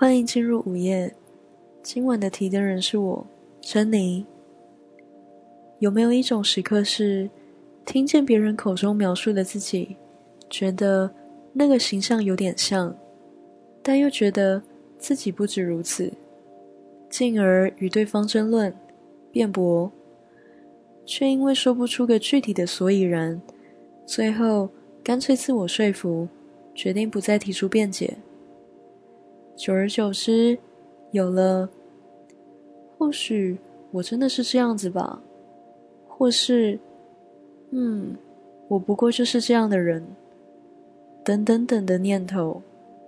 欢迎进入午夜，今晚的提灯人是我，珍妮。有没有一种时刻是听见别人口中描述的自己，觉得那个形象有点像，但又觉得自己不止如此，进而与对方争论、辩驳，却因为说不出个具体的所以然，最后干脆自我说服，决定不再提出辩解。久而久之，有了或许我真的是这样子吧，或是我不过就是这样的人，等等等的念头。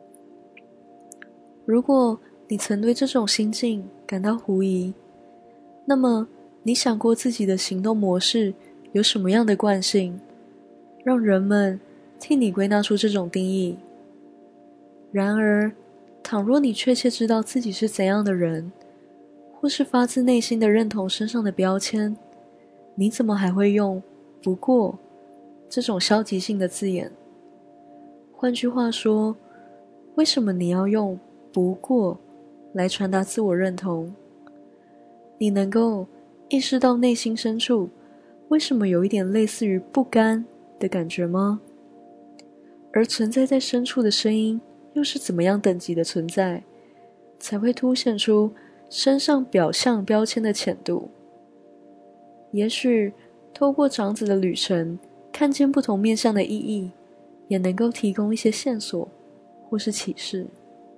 如果你曾对这种心境感到狐疑，那么你想过自己的行动模式有什么样的惯性，让人们替你归纳出这种定义？然而，倘若你确切知道自己是怎样的人，或是发自内心的认同身上的标签，你怎么还会用"不过"这种消极性的字眼？换句话说，为什么你要用"不过"来传达自我认同？你能够意识到内心深处为什么有一点类似于不甘的感觉吗？而存在在深处的声音又是怎么样等级的存在，才会凸显出身上表象标签的浅度？也许透过长子的旅程，看见不同面向的意义，也能够提供一些线索或是启示。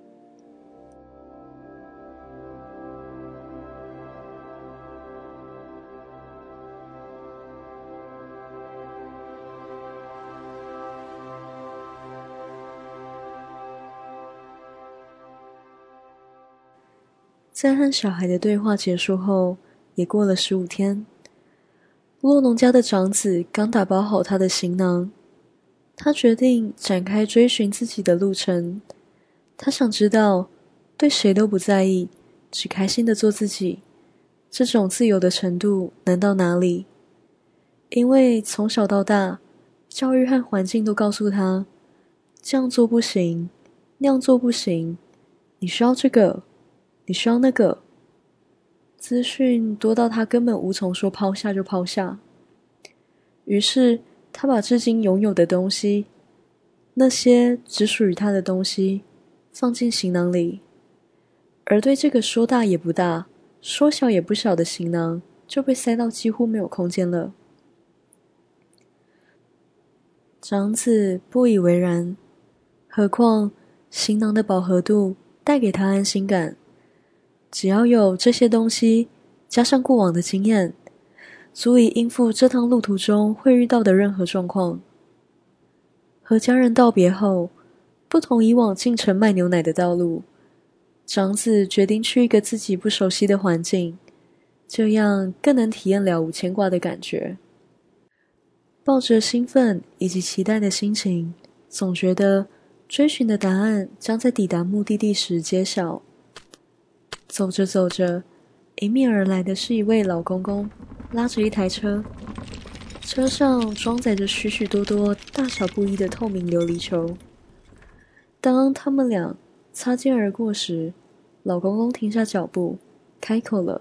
在和小孩的对话结束后，也过了15天。洛农家的长子刚打包好他的行囊，他决定展开追寻自己的路程。他想知道，对谁都不在意，只开心的做自己，这种自由的程度能到哪里？因为从小到大，教育和环境都告诉他，这样做不行，那样做不行，你需要这个，你需要那个。资讯多到他根本无从说抛下就抛下。于是他把至今拥有的东西，那些只属于他的东西，放进行囊里，而对这个说大也不大，说小也不小的行囊就被塞到几乎没有空间了。长子不以为然，何况行囊的饱和度带给他安心感，只要有这些东西，加上过往的经验，足以应付这趟路途中会遇到的任何状况。和家人道别后，不同以往进城卖牛奶的道路，长子决定去一个自己不熟悉的环境，这样更能体验了无牵挂的感觉。抱着兴奋以及期待的心情，总觉得追寻的答案将在抵达目的地时揭晓。走着走着，迎面而来的是一位老公公，拉着一台车，车上装载着许许多多大小不一的透明琉璃球。当他们俩擦肩而过时，老公公停下脚步，开口了：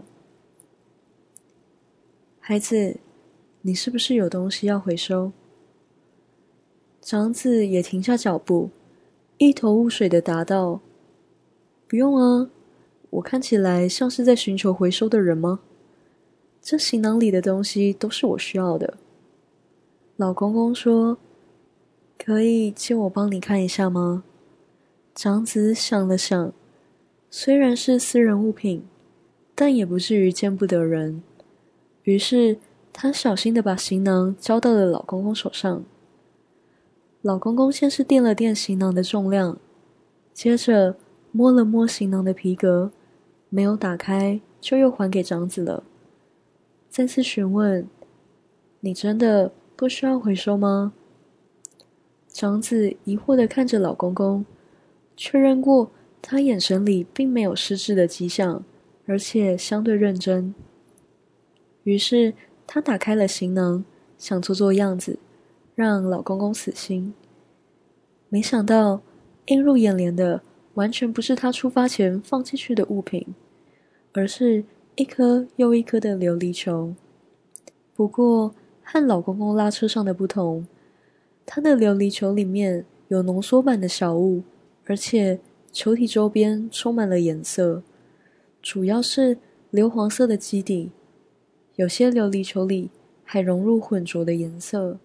孩子，你是不是有东西要回收？长子也停下脚步，一头雾水地答道：不用啊，我看起来像是在寻求回收的人吗？这行囊里的东西都是我需要的。老公公说：可以借我帮你看一下吗？长子想了想，虽然是私人物品，但也不至于见不得人。于是他小心地把行囊交到了老公公手上。老公公先是掂了掂行囊的重量，接着摸了摸行囊的皮革，没有打开，就又还给长子了。再次询问：你真的不需要回收吗？长子疑惑地看着老公公，确认过他眼神里并没有失智的迹象，而且相对认真。于是他打开了行囊，想做做样子，让老公公死心。没想到映入眼帘的完全不是他出发前放进去的物品，而是一颗又一颗的琉璃球。不过和老公公拉车上的不同，他的琉璃球里面有浓缩版的小物，而且球体周边充满了颜色，主要是硫黄色的基底，有些琉璃球里还融入浑浊的颜色。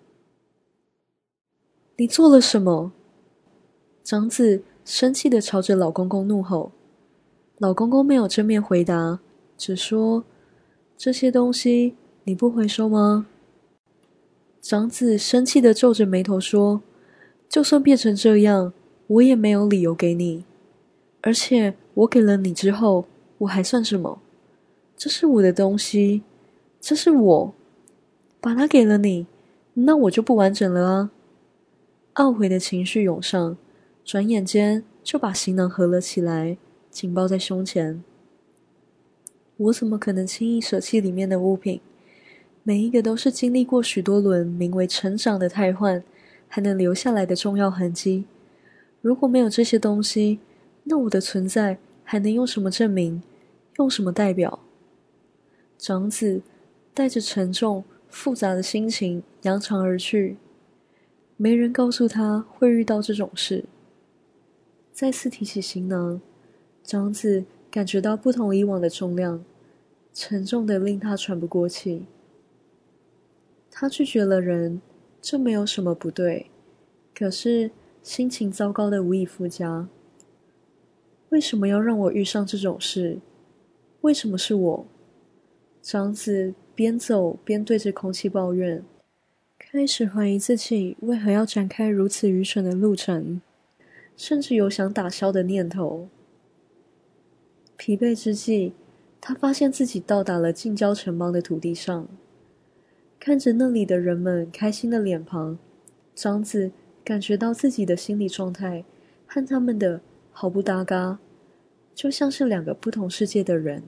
你做了什么？长子生气地朝着老公公怒吼。老公公没有正面回答，只说：这些东西你不回收吗？长子生气地皱着眉头说：就算变成这样，我也没有理由给你。而且我给了你之后，我还算什么？这是我的东西，这是我把它给了你，那我就不完整了啊！懊悔的情绪涌上，转眼间就把行囊合了起来，紧抱在胸前。我怎么可能轻易舍弃里面的物品？每一个都是经历过许多轮名为成长的汰换，还能留下来的重要痕迹。如果没有这些东西，那我的存在还能用什么证明？用什么代表？长子带着沉重、复杂的心情扬长而去。没人告诉他会遇到这种事。再次提起行囊，长子感觉到不同以往的重量，沉重的令他喘不过气。他拒绝了人，这没有什么不对，可是心情糟糕的无以复加。为什么要让我遇上这种事？为什么是我？长子边走边对着空气抱怨，开始怀疑自己为何要展开如此愚蠢的路程，甚至有想打消的念头。疲惫之际，他发现自己到达了近郊城邦的土地上。看着那里的人们开心的脸庞，长子感觉到自己的心理状态和他们的毫不搭嘎，就像是两个不同世界的人。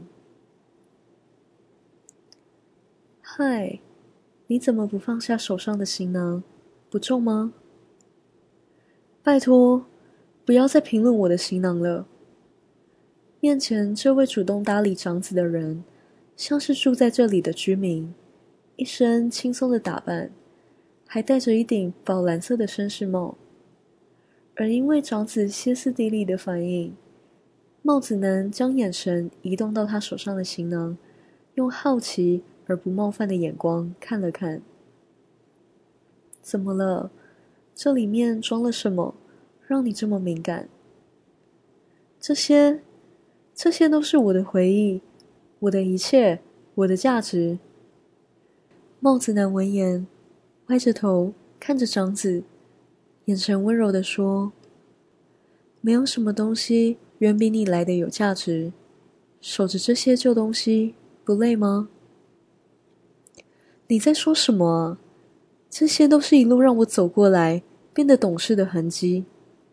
嗨，你怎么不放下手上的行囊？不重吗？拜托，不要再评论我的行囊了。面前这位主动搭理长子的人，像是住在这里的居民，一身轻松的打扮，还戴着一顶宝蓝色的绅士帽。而因为长子歇斯底里的反应，帽子男将眼神移动到他手上的行囊，用好奇而不冒犯的眼光看了看。怎么了？这里面装了什么，让你这么敏感？这些都是我的回忆，我的一切，我的价值。帽子男闻言，歪着头看着长子，眼神温柔地说：没有什么东西远比你来的有价值，守着这些旧东西，不累吗？你在说什么啊？这些都是一路让我走过来，变得懂事的痕迹。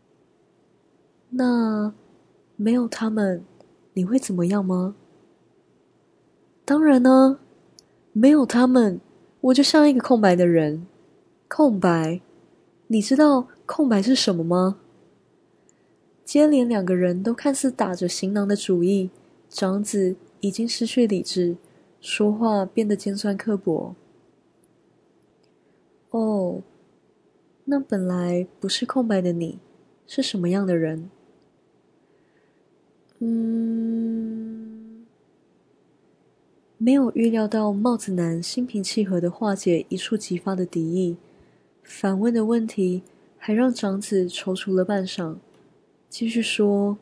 那没有他们，你会怎么样吗？当然呢，没有他们，我就像一个空白的人。空白，你知道空白是什么吗？接连两个人都看似打着行囊的主意，长子已经失去理智，说话变得尖酸刻薄。哦，那本来不是空白的你，是什么样的人？没有预料到帽子男心平气和地化解一触即发的敌意，反问的问题还让长子踌躇了半晌，继续说：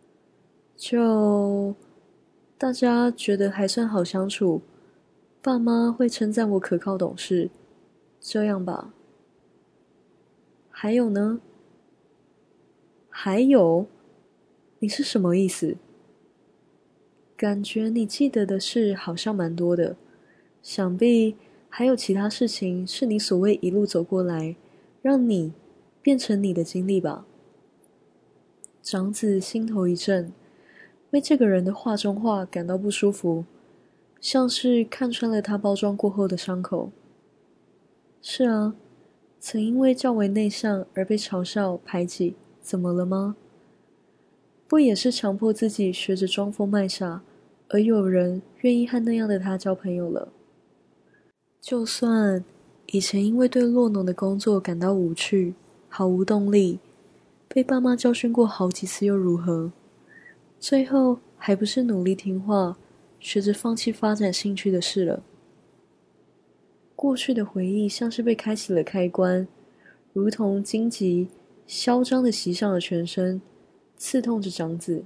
就大家觉得还算好相处，爸妈会称赞我可靠懂事，这样吧。还有呢？还有？你是什么意思？感觉你记得的事好像蛮多的，想必还有其他事情是你所谓一路走过来，让你变成你的经历吧。长子心头一震，为这个人的话中话感到不舒服，像是看穿了他包装过后的伤口。是啊，曾因为较为内向而被嘲笑排挤，怎么了吗？ 不也是强迫自己学着装疯卖傻，而有人愿意和那样的他交朋友了？就算以前因为对落农的工作感到无趣，毫无动力，被爸妈教训过好几次又如何？最后还不是努力听话，学着放弃发展兴趣的事了。过去的回忆像是被开启了开关，如同荆棘嚣张地袭上了全身，刺痛着长子。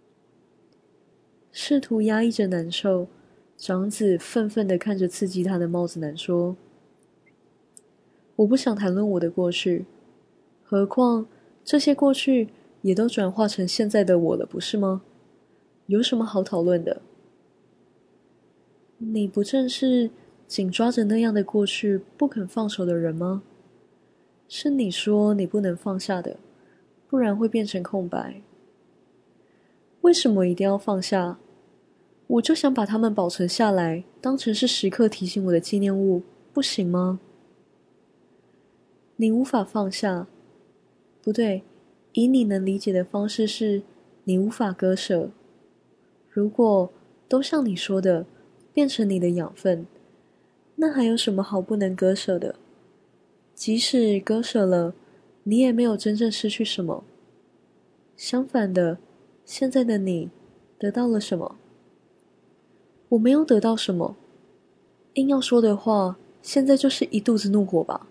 试图压抑着难受，长子愤愤地看着刺激他的帽子男说：我不想谈论我的过去，何况这些过去也都转化成现在的我了，不是吗？有什么好讨论的？你不正是紧抓着那样的过去不肯放手的人吗？是你说你不能放下的，不然会变成空白。为什么一定要放下？我就想把它们保存下来，当成是时刻提醒我的纪念物，不行吗？你无法放下，不对，以你能理解的方式是，你无法割舍。如果都像你说的，变成你的养分，那还有什么好不能割舍的？即使割舍了，你也没有真正失去什么。相反的，现在的你得到了什么？我没有得到什么。硬要说的话，现在就是一肚子怒火吧。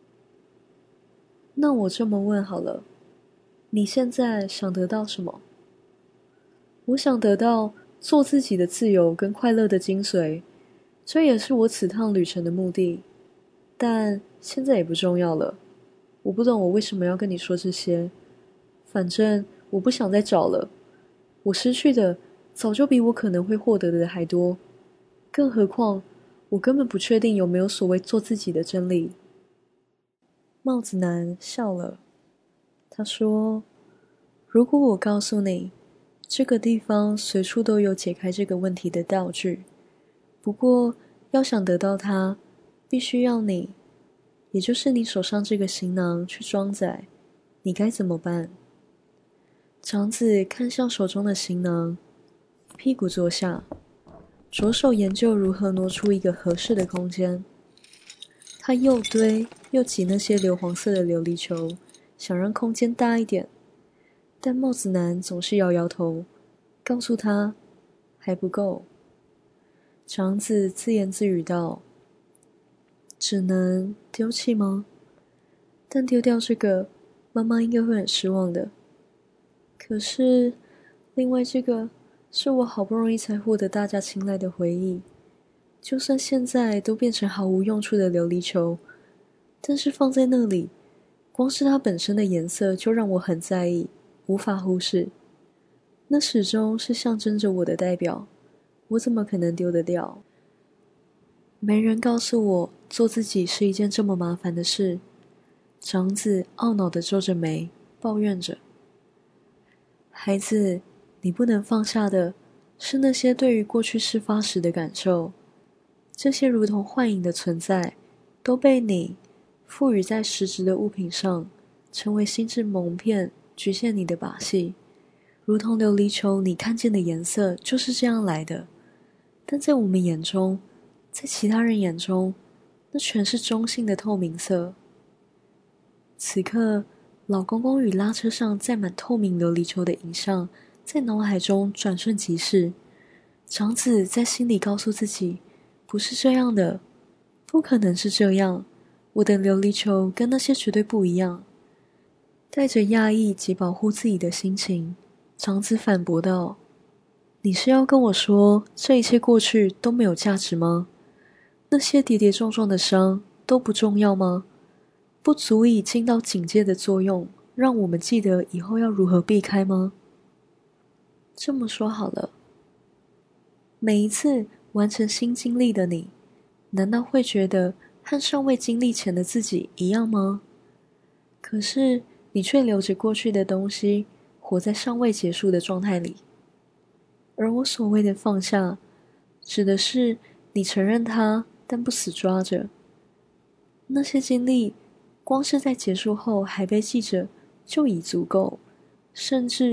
那我这么问好了，你现在想得到什么？我想得到做自己的自由跟快乐的精髓，这也是我此趟旅程的目的。但现在也不重要了。我不懂我为什么要跟你说这些，反正我不想再找了。我失去的早就比我可能会获得的还多，更何况我根本不确定有没有所谓做自己的真理。帽子男笑了，他说：如果我告诉你，这个地方随处都有解开这个问题的道具，不过要想得到它，必须要你，也就是你手上这个行囊去装载，你该怎么办？长子看向手中的行囊，屁股坐下，着手研究如何挪出一个合适的空间。他又堆又挤那些硫黄色的琉璃球，想让空间大一点，但帽子男总是摇摇头，告诉他还不够。长子自言自语道：只能丢弃吗？但丢掉这个，妈妈应该会很失望的。可是另外这个是我好不容易才获得大家青睐的回忆，就算现在都变成毫无用处的琉璃球，但是放在那里，光是它本身的颜色就让我很在意，无法忽视。那始终是象征着我的代表，我怎么可能丢得掉？没人告诉我做自己是一件这么麻烦的事。长子懊恼地皱着眉，抱怨着：孩子，你不能放下的是那些对于过去事发时的感受，这些如同幻影的存在，都被你赋予在实质的物品上，成为心智蒙骗、局限你的把戏。如同琉璃球，你看见的颜色就是这样来的，但在我们眼中，在其他人眼中，那全是中性的透明色。此刻，老公公与拉车上载满透明琉璃球的影像在脑海中转瞬即逝。长子在心里告诉自己，不是这样的，不可能是这样，我的琉璃球跟那些绝对不一样。带着讶异及保护自己的心情，长子反驳道：你是要跟我说这一切过去都没有价值吗？那些跌跌撞撞的伤都不重要吗？不足以尽到警戒的作用，让我们记得以后要如何避开吗？这么说好了，每一次完成新经历的你，难道会觉得和尚未经历前的自己一样吗？可是你却留着过去的东西，活在尚未结束的状态里。而我所谓的放下，指的是你承认它，但不死抓着。那些经历光是在结束后还被记着就已足够，甚至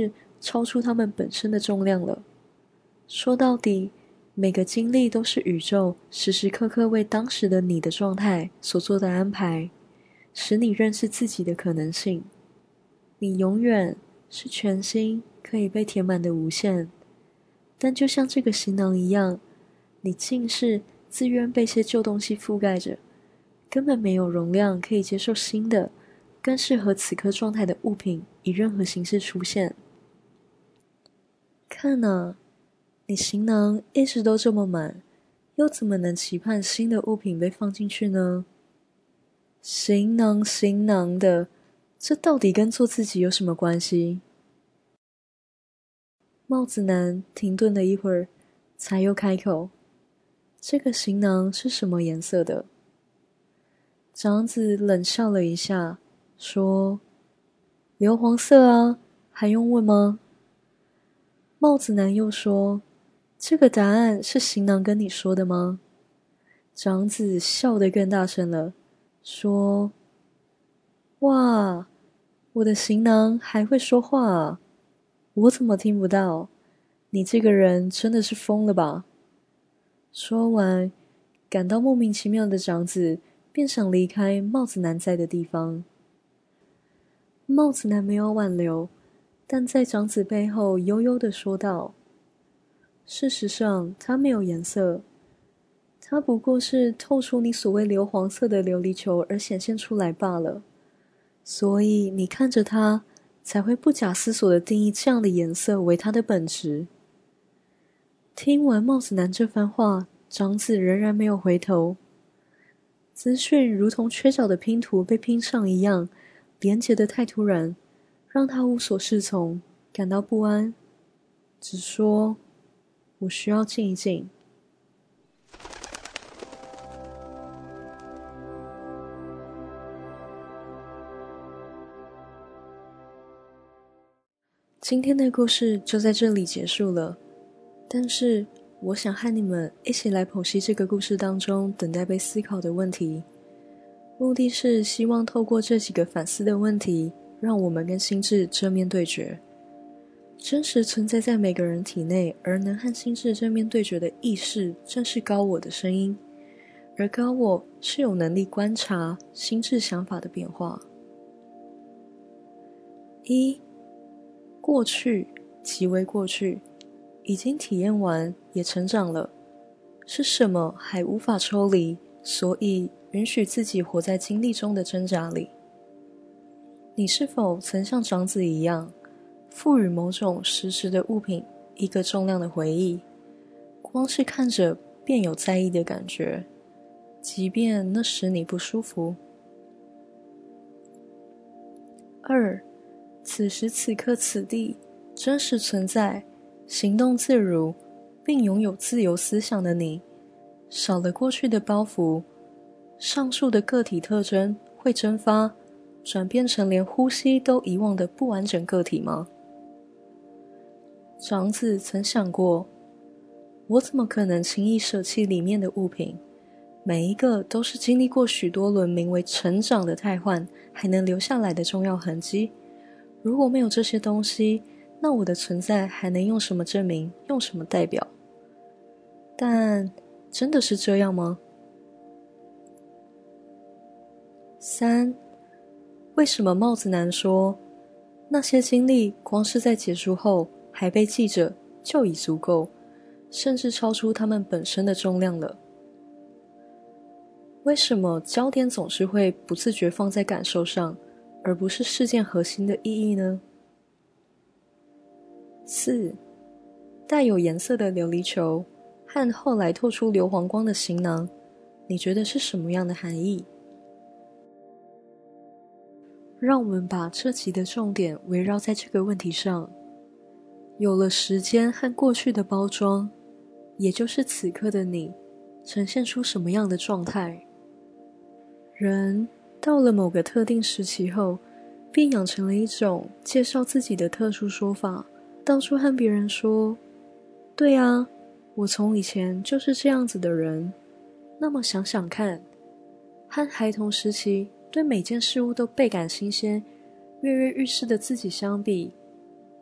超出它们本身的重量了。说到底，每个经历都是宇宙时时刻刻为当时的你的状态所做的安排，使你认识自己的可能性。你永远是全新可以被填满的无限，但就像这个行囊一样，你尽是自愿被些旧东西覆盖着，根本没有容量可以接受新的更适合此刻状态的物品以任何形式出现。看啊，你行囊一直都这么满，又怎么能期盼新的物品被放进去呢？行囊的，这到底跟做自己有什么关系？帽子男停顿了一会儿，才又开口：这个行囊是什么颜色的？长子冷笑了一下，说：硫黄色啊，还用问吗？帽子男又说：这个答案是行囊跟你说的吗？长子笑得更大声了，说：哇，我的行囊还会说话啊，我怎么听不到？你这个人真的是疯了吧？说完，感到莫名其妙的长子便想离开帽子男在的地方。帽子男没有挽留，但在长子背后悠悠地说道：事实上，它没有颜色，它不过是透出你所谓硫黄色的琉璃球而显现出来罢了。所以你看着它，才会不假思索地定义这样的颜色为它的本质。听完帽子男这番话，长子仍然没有回头。资讯如同缺角的拼图被拼上一样，连结得太突然，让他无所适从，感到不安，只说：我需要静一静。今天的故事就在这里结束了，但是我想和你们一起来剖析这个故事当中等待被思考的问题，目的是希望透过这几个反思的问题，让我们跟心智正面对决。真实存在在每个人体内而能和心智正面对决的意识，正是高我的声音，而高我是有能力观察心智想法的变化。一，过去即为过去，已经体验完，也成长了，是什么还无法抽离，所以允许自己活在经历中的挣扎里。你是否曾像长子一样，赋予某种实质的物品一个重量的回忆，光是看着便有在意的感觉，即便那使你不舒服。二，此时此刻此地真实存在，行动自如，并拥有自由思想的你，少了过去的包袱，上述的个体特征会蒸发，转变成连呼吸都遗忘的不完整个体吗？长子曾想过，我怎么可能轻易舍弃里面的物品？每一个都是经历过许多轮名为成长的汰换，还能留下来的重要痕迹。如果没有这些东西，那我的存在还能用什么证明，用什么代表？但真的是这样吗？三，为什么帽子男说，那些经历光是在结束后还被记着就已足够，甚至超出它们本身的重量了？为什么焦点总是会不自觉放在感受上，而不是事件核心的意义呢？四，带有颜色的琉璃球和后来透出硫磺光的行囊，你觉得是什么样的含义？让我们把这集的重点围绕在这个问题上。有了时间和过去的包装，也就是此刻的你，呈现出什么样的状态？人到了某个特定时期后，便养成了一种介绍自己的特殊说法，到处和别人说，对啊，我从以前就是这样子的人。那么想想看，和孩童时期对每件事物都倍感新鲜、跃跃欲试的自己相比，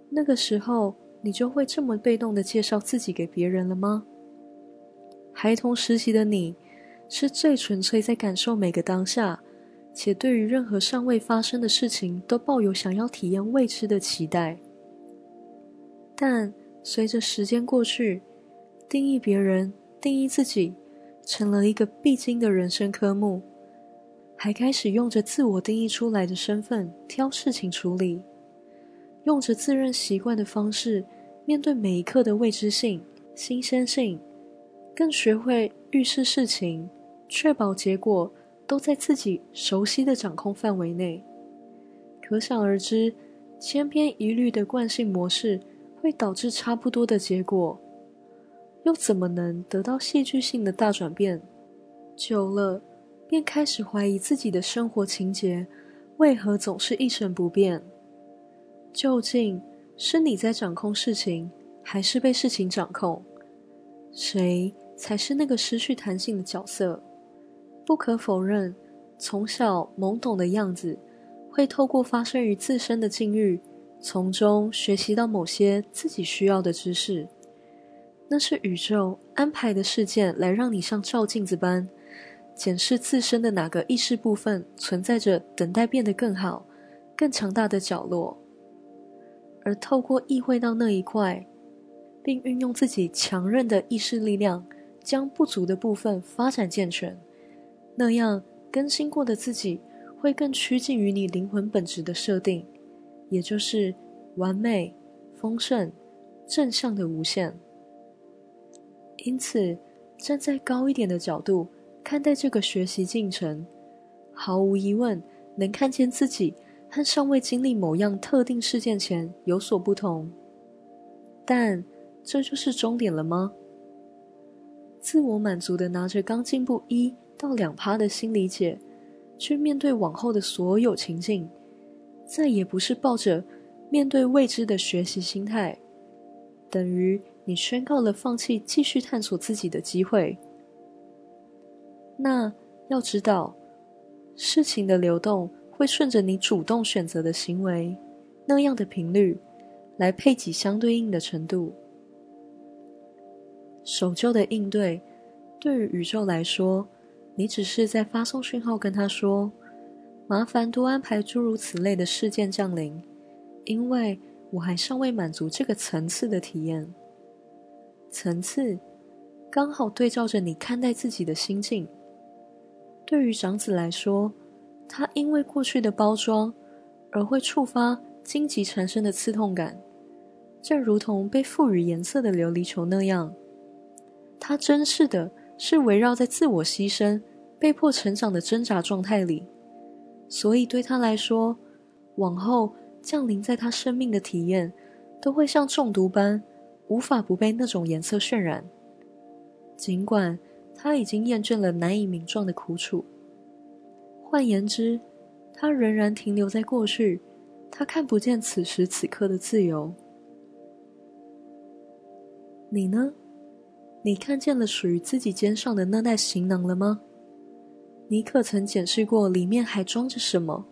那个时候，你就会这么被动地介绍自己给别人了吗？孩童时期的你，是最纯粹在感受每个当下，且对于任何尚未发生的事情都抱有想要体验未知的期待。但随着时间过去，定义别人、定义自己，成了一个必经的人生科目，还开始用着自我定义出来的身份挑事情处理，用着自认习惯的方式面对每一刻的未知性、新鲜性，更学会预示事情，确保结果都在自己熟悉的掌控范围内。可想而知，千篇一律的惯性模式会导致差不多的结果，又怎么能得到戏剧性的大转变？久了，便开始怀疑自己的生活情节为何总是一成不变。究竟是你在掌控事情，还是被事情掌控？谁才是那个失去弹性的角色？不可否认，从小懵懂的样子，会透过发生于自身的境遇，从中学习到某些自己需要的知识。那是宇宙安排的事件，来让你像照镜子般检视自身的哪个意识部分存在着等待变得更好、更强大的角落。而透过意会到那一块，并运用自己强韧的意识力量，将不足的部分发展健全，那样更新过的自己会更趋近于你灵魂本质的设定，也就是完美、丰盛、正向的无限。因此，站在高一点的角度看待这个学习进程，毫无疑问能看见自己和尚未经历某样特定事件前有所不同。但这就是终点了吗？自我满足地拿着刚进步1到2%的新理解，去面对往后的所有情境，再也不是抱着面对未知的学习心态，等于你宣告了放弃继续探索自己的机会。那要知道，事情的流动会顺着你主动选择的行为，那样的频率，来配给相对应的程度。守旧的应对，对于宇宙来说，你只是在发送讯号跟他说，麻烦多安排诸如此类的事件降临，因为我还尚未满足这个层次的体验。层次刚好对照着你看待自己的心境。对于长子来说，他因为过去的包装而会触发荆棘产生的刺痛感，正如同被赋予颜色的琉璃球那样，他珍视的是围绕在自我牺牲、被迫成长的挣扎状态里，所以对他来说，往后降临在他生命的体验都会像中毒般，无法不被那种颜色渲染。尽管他已经验证了难以名状的苦楚，换言之，他仍然停留在过去，他看不见此时此刻的自由。你呢？你看见了属于自己肩上的那袋行囊了吗？你可曾检视过里面还装着什么？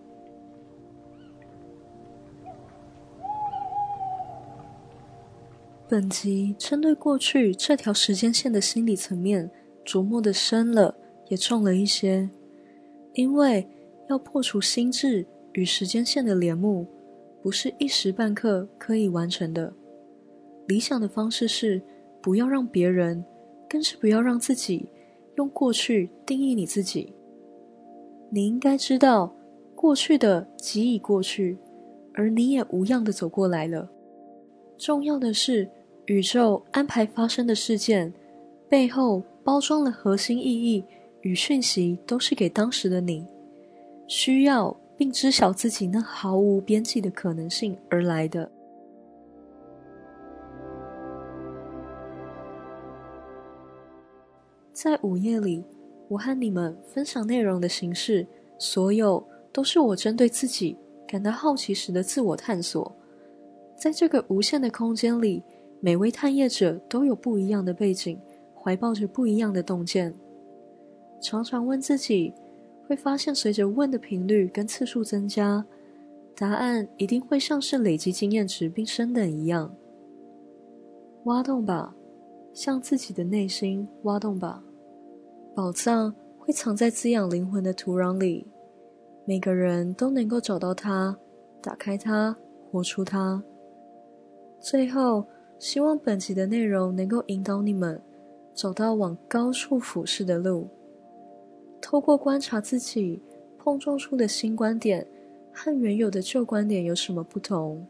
本集针对过去这条时间线的心理层面琢磨的深了，也重了一些，因为要破除心智与时间线的帘幕，不是一时半刻可以完成的。理想的方式是不要让别人，更是不要让自己用过去定义你自己。你应该知道，过去的即已过去，而你也无恙地走过来了。重要的是，宇宙安排发生的事件背后包装了核心意义与讯息，都是给当时的你需要并知晓自己那毫无边际的可能性而来的。在午夜里，我和你们分享内容的形式，所有都是我针对自己感到好奇时的自我探索。在这个无限的空间里，每位探业者都有不一样的背景，怀抱着不一样的洞见。常常问自己，会发现随着问的频率跟次数增加， 答案一定会像是累积经验值并升等一样。挖洞吧，向自己的内心挖洞吧。宝藏会藏在滋养灵魂的土壤里，每个人都能够找到它，打开它，活出它。最后，希望本集的内容能够引导你们找到往高处俯视的路，透过观察自己碰撞出的新观点和原有的旧观点有什么不同。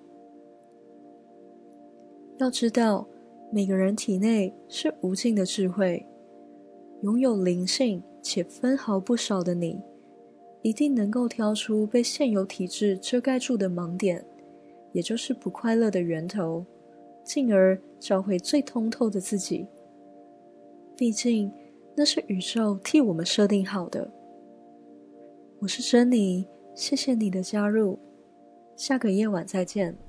要知道，每个人体内是无尽的智慧，拥有灵性且分毫不少的你，一定能够挑出被现有体制遮盖住的盲点，也就是不快乐的源头，进而找回最通透的自己。毕竟，那是宇宙替我们设定好的。我是珍妮，谢谢你的加入，下个夜晚再见。